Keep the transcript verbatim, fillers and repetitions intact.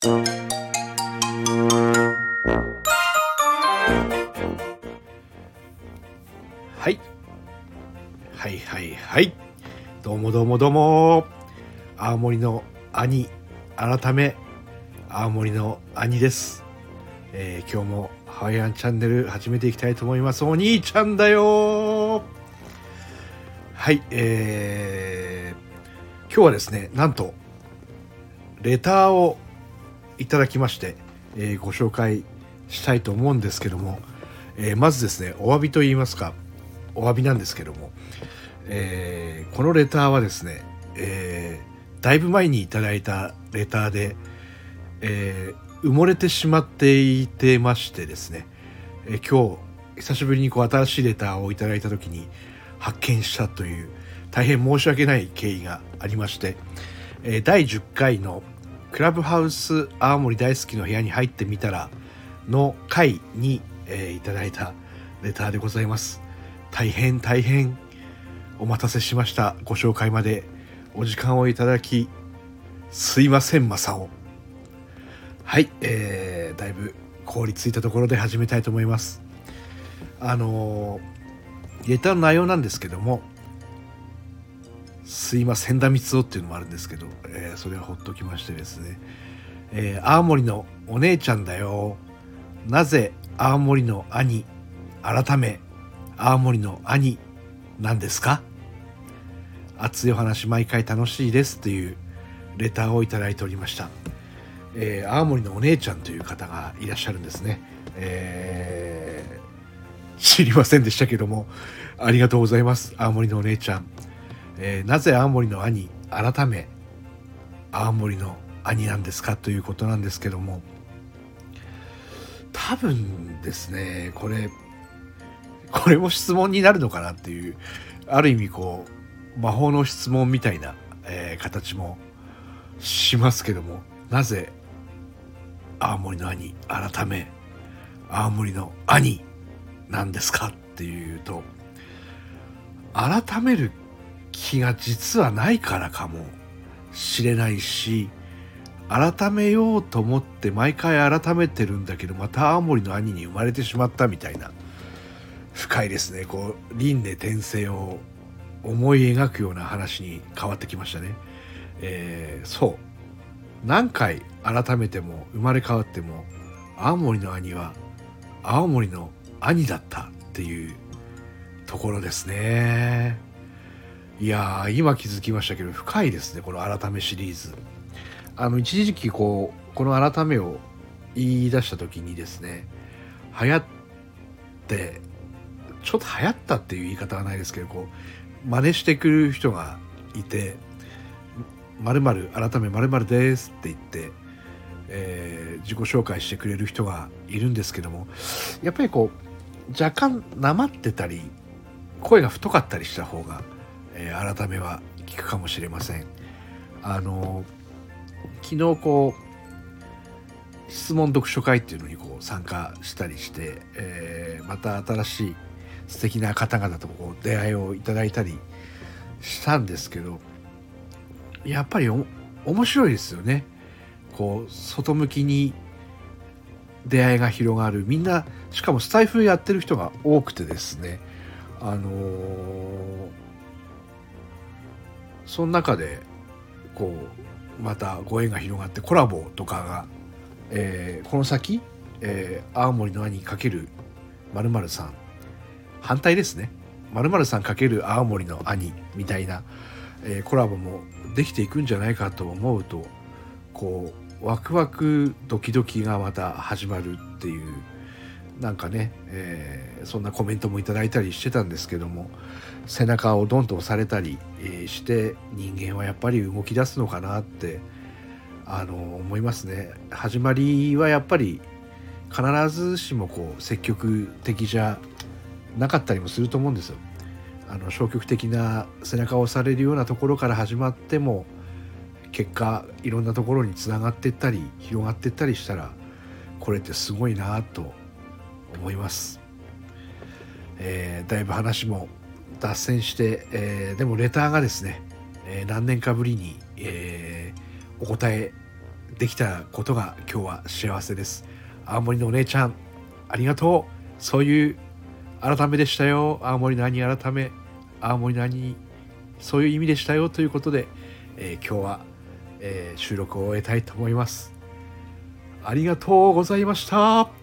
はい。はいはいはい。どうもどうもどうも。青森の兄、改め、青森の兄です。えー、今日もハワイアンチャンネル始めていきたいと思います。お兄ちゃんだよ。はい、えー、今日はですね、なんと、レターをいただきまして、えー、ご紹介したいと思うんですけども、えー、まずですね、お詫びと言いますか、お詫びなんですけども、えー、このレターはですね、えー、だいぶ前にいただいたレターで、えー、埋もれてしまっていてましてですね、えー、今日久しぶりにこう新しいレターをいただいた時に発見したという大変申し訳ない経緯がありまして、えー、だいじゅっかいのクラブハウス青森大好きの部屋に入ってみたらの回に、えー、いただいたレターでございます。大変大変お待たせしました。ご紹介までお時間をいただきすいませんまさお。はい、えー、だいぶ凍りついたところで始めたいと思います。あのー、レターの内容なんですけども、すいませんだみつおっていうのもあるんですけど、えー、それはほっときましてですね、えー、青森のお姉ちゃんだよ。なぜ青森の兄、改め青森の兄なんですか？熱いお話毎回楽しいですというレターをいただいておりました。えー、青森のお姉ちゃんという方がいらっしゃるんですね。えー、知りませんでしたけども、ありがとうございます。青森のお姉ちゃん。えー、なぜ青森の兄、改め青森の兄なんですかということなんですけども、多分ですね、これこれも質問になるのかなっていう、ある意味こう魔法の質問みたいな、えー、形もしますけども、なぜ青森の兄、改め青森の兄なんですかっていうと、改める気が実はないからかもしれないし、改めようと思って毎回改めてるんだけど、また青森の兄に生まれてしまったみたいな、深いですね。こう輪廻転生を思い描くような話に変わってきましたね。えー、そう何回改めても生まれ変わっても青森の兄は青森の兄だったっていうところですね。いやー、今気づきましたけど深いですね、この改めシリーズ。あの一時期こうこの改めを言い出した時にですね、流行ってちょっと流行ったっていう言い方はないですけど、こう真似してくる人がいて、〇〇改め〇〇ですって言って、えー、自己紹介してくれる人がいるんですけども、やっぱりこう若干なまってたり声が太かったりした方が、えー、改めは効くかもしれません。あの昨日こう質問読書会っていうのにこう参加したりして、えー、また新しい素敵な方々とこう出会いをいただいたりしたんですけど、やっぱりお面白いですよね。こう外向きに出会いが広がる。みんなしかもスタイフやってる人が多くてですね、あのー、その中でこうまたご縁が広がってコラボとかが、えー、この先、えー、青森の兄×〇〇さん、反対ですね、〇〇さん×青森の兄みたいな、えー、コラボもできていくんじゃないかと思うと、こうワクワクドキドキがまた始まるっていう、なんかね、えー、そんなコメントもいただいたりしてたんですけども、背中をドンと押されたり、えー、して人間はやっぱり動き出すのかなってあの思いますね。始まりはやっぱり必ずしもこう積極的じゃなかったりもすると思うんですよ。あの消極的な背中を押されるようなところから始まっても、結果いろんなところにつながっていったり広がっていったりしたら、これってすごいなと思います。えー、だいぶ話も脱線して、えー、でもレターがですね、えー、何年かぶりに、えー、お答えできたことが今日は幸せです。青森のお姉ちゃんありがとう。そういう改めでしたよ。青森の兄改め、青森の兄、そういう意味でしたよということで、えー、今日は、えー、収録を終えたいと思います。ありがとうございました。